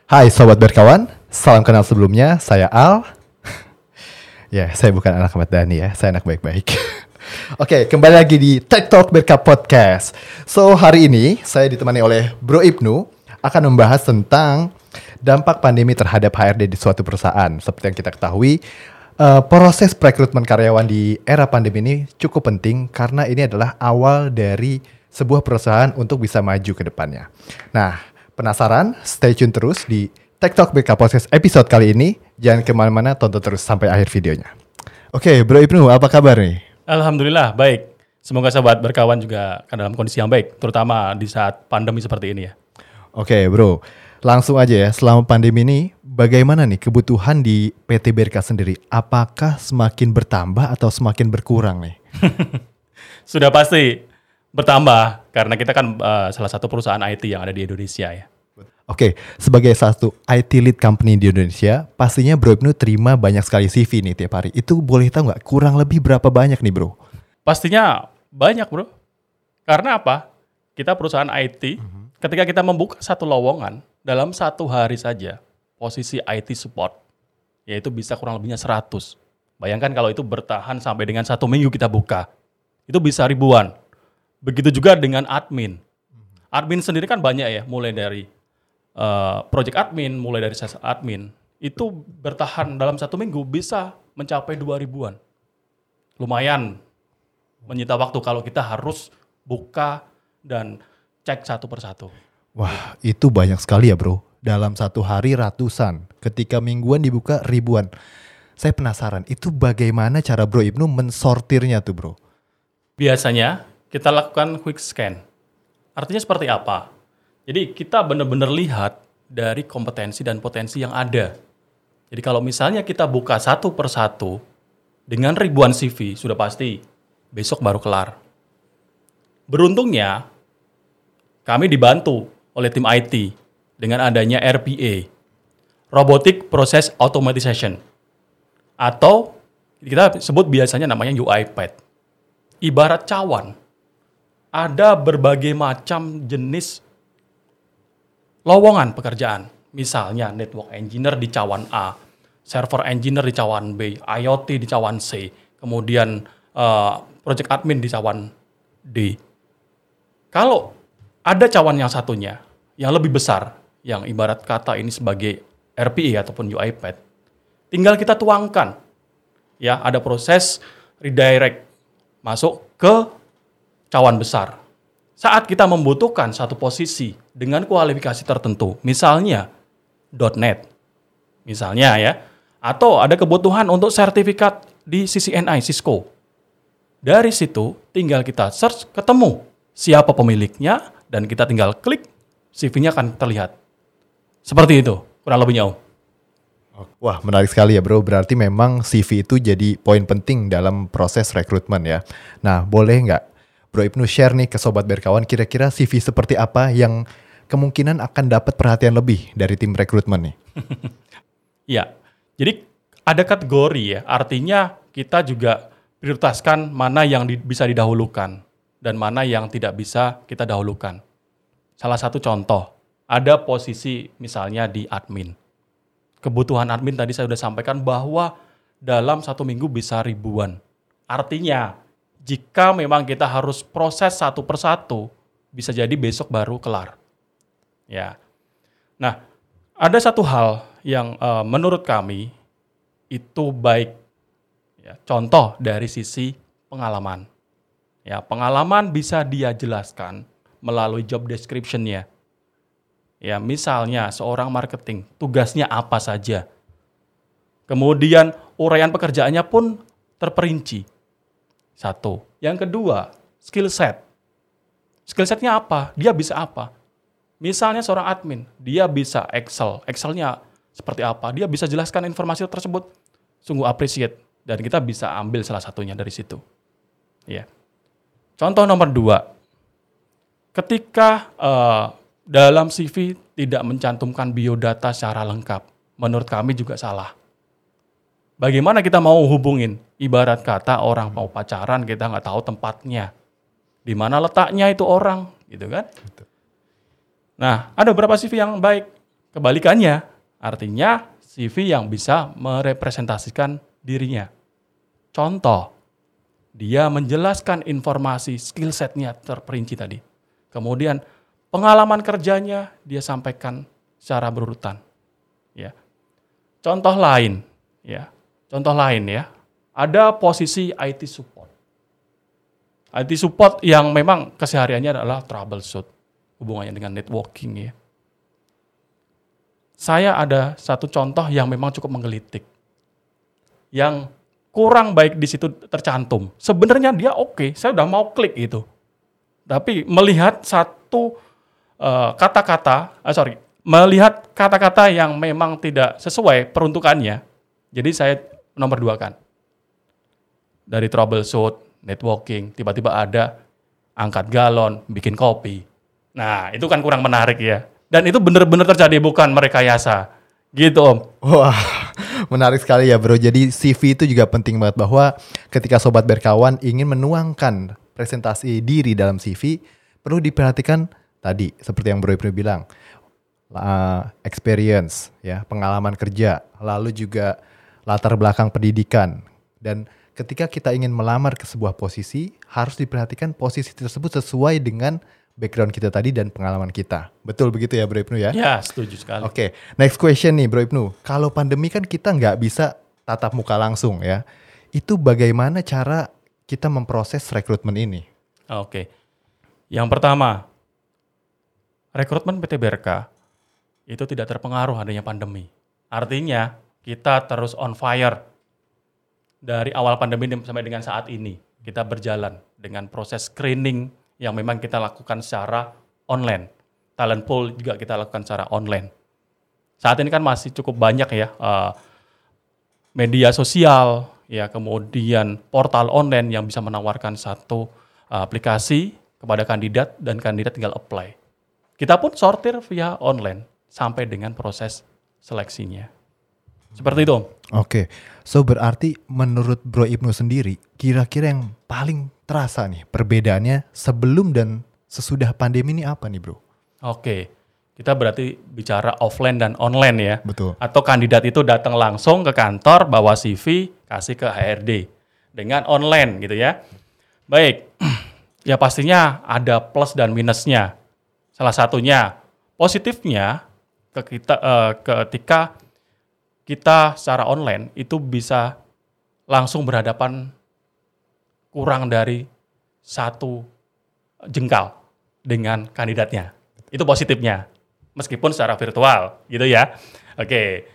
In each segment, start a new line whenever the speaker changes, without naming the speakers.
Hai Sobat Berkawan, salam kenal sebelumnya, saya Al. Ya, saya bukan anak Ahmad Dhani ya, saya anak baik-baik. Oke, kembali lagi di Tech Talk Berka Podcast. So, hari ini saya ditemani oleh Bro Ibnu akan membahas tentang dampak pandemi terhadap HRD di suatu perusahaan. Seperti yang kita ketahui, proses perekrutmen karyawan di era pandemi ini cukup penting karena ini adalah awal dari sebuah perusahaan untuk bisa maju ke depannya. Nah, penasaran? Stay tune terus di Tech Talk BK Podcast episode kali ini. Jangan kemana-mana, tonton terus sampai akhir videonya. Oke, Bro Ibnu, apa kabar nih?
Alhamdulillah, baik. Semoga sobat berkawan juga dalam kondisi yang baik, terutama di saat pandemi seperti ini ya.
Oke, Bro. Langsung aja ya, selama pandemi ini, bagaimana nih kebutuhan di PT BRK sendiri? Apakah semakin bertambah atau semakin berkurang nih?
Sudah pasti bertambah, karena kita kan salah satu perusahaan IT yang ada di Indonesia ya.
Oke, sebagai satu IT lead company di Indonesia, pastinya Bro Ibnu terima banyak sekali CV nih tiap hari. Itu boleh tahu nggak kurang lebih berapa banyak nih Bro?
Pastinya banyak Bro. Karena apa? Kita perusahaan IT, ketika kita membuka satu lowongan, dalam satu hari saja, posisi IT support, yaitu bisa kurang lebihnya 100. Bayangkan kalau itu bertahan sampai dengan 1 minggu kita buka, itu bisa ribuan. Begitu juga dengan admin. Admin sendiri kan banyak ya, mulai dari project admin, mulai dari sales admin. Itu bertahan dalam 1 minggu bisa mencapai 2 ribuan. Lumayan menyita waktu kalau kita harus buka dan cek satu persatu.
Wah, itu banyak sekali ya Bro. Dalam satu hari ratusan, ketika mingguan dibuka ribuan. Saya penasaran, itu bagaimana cara Bro Ibnu mensortirnya tuh Bro?
Biasanya kita lakukan quick scan. Artinya seperti apa? Jadi kita benar-benar lihat dari kompetensi dan potensi yang ada. Jadi kalau misalnya kita buka satu persatu dengan ribuan CV, sudah pasti besok baru kelar. Beruntungnya kami dibantu oleh tim IT dengan adanya RPA, Robotic Process Automation, atau kita sebut biasanya namanya UiPath. Ibarat cawan. Ada berbagai macam jenis lowongan pekerjaan. Misalnya network engineer di cawan A, server engineer di cawan B, IoT di cawan C, kemudian project admin di cawan D. Kalau ada cawan yang satunya, yang lebih besar, yang ibarat kata ini sebagai RPA ataupun UiPath, tinggal kita tuangkan. Ya, ada proses redirect masuk ke cawan besar. Saat kita membutuhkan satu posisi dengan kualifikasi tertentu, misalnya .NET, misalnya ya, atau ada kebutuhan untuk sertifikat di CCNI, Cisco. Dari situ tinggal kita search, ketemu siapa pemiliknya, dan kita tinggal klik, CV-nya akan terlihat. Seperti itu, kurang lebihnya Om.
Wah, menarik sekali ya Bro. Berarti memang CV itu jadi poin penting dalam proses rekrutmen ya. Nah, boleh nggak Bro Ibnu share nih ke Sobat Berkawan kira-kira CV seperti apa yang kemungkinan akan dapat perhatian lebih dari tim rekrutmen nih?
Ya, jadi ada kategori ya, artinya kita juga prioritaskan mana yang bisa didahulukan dan mana yang tidak bisa kita dahulukan. Salah satu contoh, ada posisi misalnya di admin. Kebutuhan admin tadi saya sudah sampaikan bahwa dalam 1 minggu bisa ribuan. Artinya, jika memang kita harus proses satu persatu, bisa jadi besok baru kelar. Ya. Nah, ada satu hal yang menurut kami itu baik. Ya, contoh dari sisi pengalaman. Ya, pengalaman bisa dia jelaskan melalui job description-nya. Ya, misalnya seorang marketing, tugasnya apa saja. Kemudian uraian pekerjaannya pun terperinci. Satu. Yang kedua, skill set. Skill setnya apa? Dia bisa apa? Misalnya seorang admin, dia bisa Excel. Excelnya seperti apa? Dia bisa jelaskan informasi tersebut. Sungguh appreciate. Dan kita bisa ambil salah satunya dari situ. Ya. Contoh nomor 2. Ketika dalam CV tidak mencantumkan biodata secara lengkap, menurut kami juga salah. Bagaimana kita mau hubungin? Ibarat kata orang mau pacaran, kita nggak tahu tempatnya. Di mana letaknya itu orang, gitu kan? Nah, ada beberapa CV yang baik. Kebalikannya, artinya CV yang bisa merepresentasikan dirinya. Contoh, dia menjelaskan informasi skill set-nya terperinci tadi. Kemudian pengalaman kerjanya dia sampaikan secara berurutan. Ya. Contoh lain, ada posisi IT support. IT support yang memang kesehariannya adalah troubleshoot, hubungannya dengan networking ya. Saya ada satu contoh yang memang cukup menggelitik. Yang kurang baik di situ tercantum. Sebenarnya dia oke, saya udah mau klik itu. Tapi melihat satu melihat kata-kata yang memang tidak sesuai peruntukannya, jadi saya nomor 2 kan. Dari troubleshoot, networking, tiba-tiba ada angkat galon, bikin kopi. Nah, itu kan kurang menarik ya. Dan itu benar-benar terjadi, bukan merekayasa. Gitu Om.
Wah, menarik sekali ya bro. Jadi CV itu juga penting banget, bahwa ketika Sobat Berkawan ingin menuangkan presentasi diri dalam CV, perlu diperhatikan tadi, seperti yang Bro Ibnu bilang, experience, ya, pengalaman kerja, lalu juga latar belakang pendidikan. Dan ketika kita ingin melamar ke sebuah posisi, harus diperhatikan posisi tersebut sesuai dengan background kita tadi dan pengalaman kita. Betul begitu ya Bro Ibnu ya?
Ya, setuju sekali.
Oke, next question nih Bro Ibnu. Kalau pandemi kan kita nggak bisa tatap muka langsung ya. Itu bagaimana cara kita memproses rekrutmen ini?
Oke. Yang pertama, rekrutmen PT BRK itu tidak terpengaruh adanya pandemi. Artinya, kita terus on fire. Dari awal pandemi sampai dengan saat ini, kita berjalan dengan proses screening yang memang kita lakukan secara online. Talent pool juga kita lakukan secara online. Saat ini kan masih cukup banyak ya media sosial, ya kemudian portal online yang bisa menawarkan satu aplikasi kepada kandidat dan kandidat tinggal apply. Kita pun sortir via online sampai dengan proses seleksinya. Seperti itu.
Oke, so berarti menurut Bro Ibnu sendiri, kira-kira yang paling terasa nih perbedaannya sebelum dan sesudah pandemi ini apa nih Bro?
Oke, kita berarti bicara offline dan online ya.
Betul.
Atau kandidat itu datang langsung ke kantor, bawa CV, kasih ke HRD. Dengan online gitu ya. Baik, ya pastinya ada plus dan minusnya. Salah satunya, positifnya ketika kita secara online itu bisa langsung berhadapan kurang dari 1 jengkal dengan kandidatnya. Itu positifnya. Meskipun secara virtual gitu ya. Oke.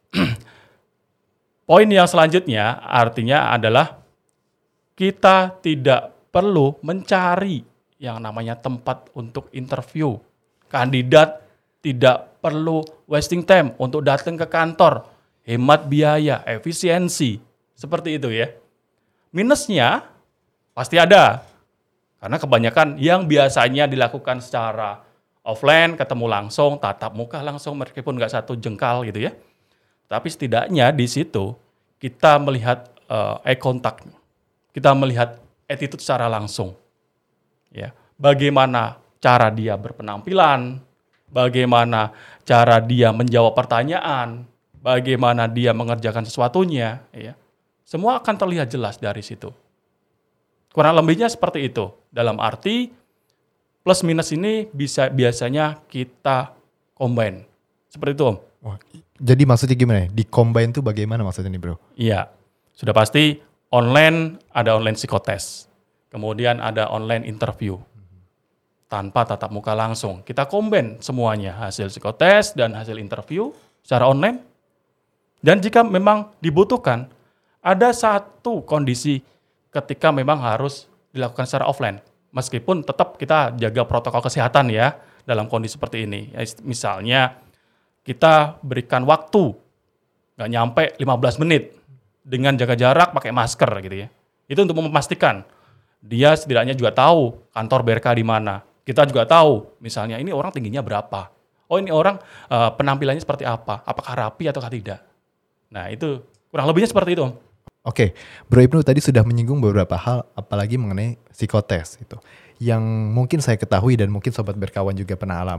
Poin yang selanjutnya artinya adalah kita tidak perlu mencari yang namanya tempat untuk interview. Kandidat tidak perlu wasting time untuk datang ke kantor. Hemat biaya, efisiensi. Seperti itu ya. Minusnya pasti ada. Karena kebanyakan yang biasanya dilakukan secara offline, ketemu langsung, tatap muka langsung, meskipun nggak 1 jengkal gitu ya. Tapi setidaknya di situ kita melihat eye contact. Kita melihat attitude secara langsung. Ya. Bagaimana cara dia berpenampilan, bagaimana cara dia menjawab pertanyaan, bagaimana dia mengerjakan sesuatunya, ya. Semua akan terlihat jelas dari situ. Kurang lebihnya seperti itu. Dalam arti plus minus ini biasanya kita combine. Seperti itu Om.
Wah, jadi maksudnya gimana? Di combine tuh bagaimana maksudnya nih Bro?
Iya, sudah pasti online ada online psikotest. Kemudian ada online interview. Tanpa tatap muka langsung. Kita combine semuanya. Hasil psikotest dan hasil interview secara online. Dan jika memang dibutuhkan, ada satu kondisi ketika memang harus dilakukan secara offline. Meskipun tetap kita jaga protokol kesehatan ya dalam kondisi seperti ini. Misalnya kita berikan waktu nggak nyampe 15 menit dengan jaga jarak pakai masker gitu ya. Itu untuk memastikan dia setidaknya juga tahu kantor BRK di mana. Kita juga tahu misalnya ini orang tingginya berapa. Oh ini orang penampilannya seperti apa. Apakah rapi ataukah tidak. Nah itu kurang lebihnya seperti itu.
Oke, Bro Ibnu tadi sudah menyinggung beberapa hal, apalagi mengenai psikotes itu. Yang mungkin saya ketahui dan mungkin Sobat Berkawan juga pernah alami,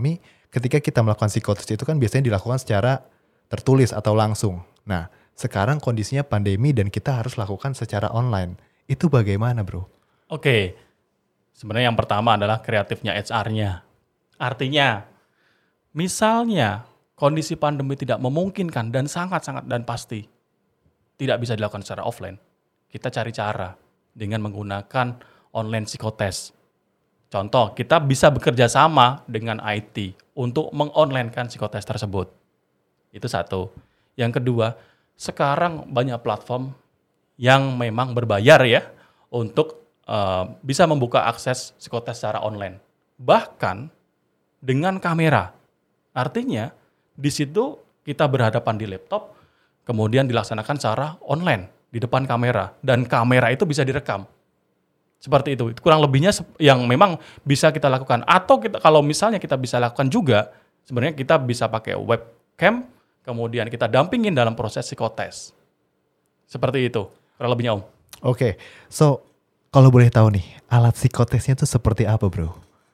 ketika kita melakukan psikotes itu kan biasanya dilakukan secara tertulis atau langsung. Nah, sekarang kondisinya pandemi dan kita harus lakukan secara online. Itu bagaimana, bro?
Oke, sebenarnya yang pertama adalah kreatifnya HR-nya. Artinya, misalnya kondisi pandemi tidak memungkinkan dan sangat-sangat dan pasti tidak bisa dilakukan secara offline, kita cari cara dengan menggunakan online psikotes. Contoh, kita bisa bekerja sama dengan IT untuk mengonlinekan psikotes tersebut. Itu satu. Yang kedua, sekarang banyak platform yang memang berbayar ya untuk bisa membuka akses psikotes secara online. Bahkan dengan kamera. Artinya di situ kita berhadapan di laptop, kemudian dilaksanakan secara online di depan kamera. Dan kamera itu bisa direkam. Seperti itu. Kurang lebihnya yang memang bisa kita lakukan. Atau kita, kalau misalnya kita bisa lakukan juga, sebenarnya kita bisa pakai webcam, kemudian kita dampingin dalam proses psikotes. Seperti itu. Kurang lebihnya, Om.
Oke, so kalau boleh tahu nih, alat psikotesnya itu seperti apa, bro?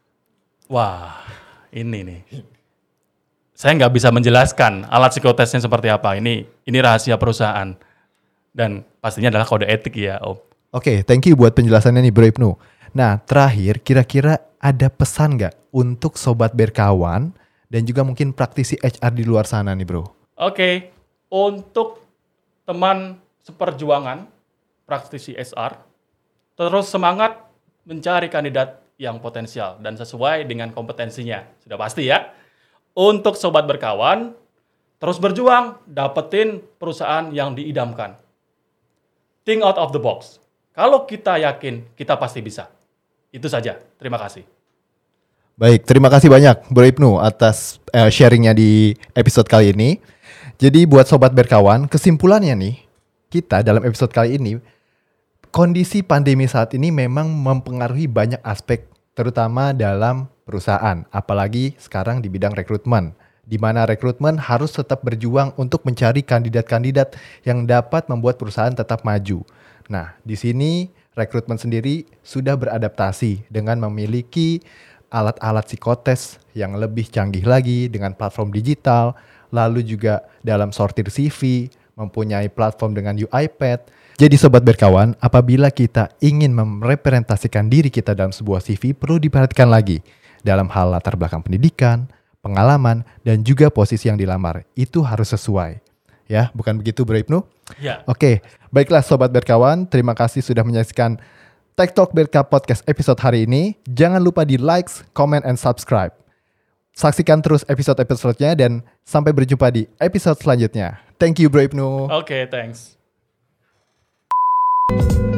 Wah, ini nih. Saya nggak bisa menjelaskan alat psikotesnya seperti apa. Ini rahasia perusahaan. Dan pastinya adalah kode etik ya, Om.
Oke, thank you buat penjelasannya nih, Bro Ibnu. Nah, terakhir, kira-kira ada pesan nggak untuk Sobat Berkawan dan juga mungkin praktisi HR di luar sana nih, Bro?
Oke, untuk teman seperjuangan, praktisi HR, terus semangat mencari kandidat yang potensial dan sesuai dengan kompetensinya. Sudah pasti ya. Untuk Sobat Berkawan, terus berjuang, dapetin perusahaan yang diidamkan. Think out of the box. Kalau kita yakin, kita pasti bisa. Itu saja. Terima kasih.
Baik, terima kasih banyak Bro Ibnu atas sharingnya di episode kali ini. Jadi buat Sobat Berkawan, kesimpulannya nih, kita dalam episode kali ini, kondisi pandemi saat ini memang mempengaruhi banyak aspek, terutama dalam perusahaan, apalagi sekarang di bidang rekrutmen, di mana rekrutmen harus tetap berjuang untuk mencari kandidat-kandidat yang dapat membuat perusahaan tetap maju. Nah, di sini rekrutmen sendiri sudah beradaptasi dengan memiliki alat-alat psikotes yang lebih canggih lagi dengan platform digital, lalu juga dalam sortir CV, mempunyai platform dengan UiPath. Jadi Sobat Berkawan, apabila kita ingin merepresentasikan diri kita dalam sebuah CV, perlu diperhatikan lagi dalam hal latar belakang pendidikan, pengalaman, dan juga posisi yang dilamar. Itu harus sesuai. Ya, bukan begitu Bro Ibnu?
Ya.
Oke, baiklah Sobat Berkawan, terima kasih sudah menyaksikan Tech Talk Berka Podcast episode hari ini. Jangan lupa di like, comment, and subscribe. Saksikan terus episode-episodenya dan sampai berjumpa di episode selanjutnya. Thank you Bro Ibnu.
Oke, thanks.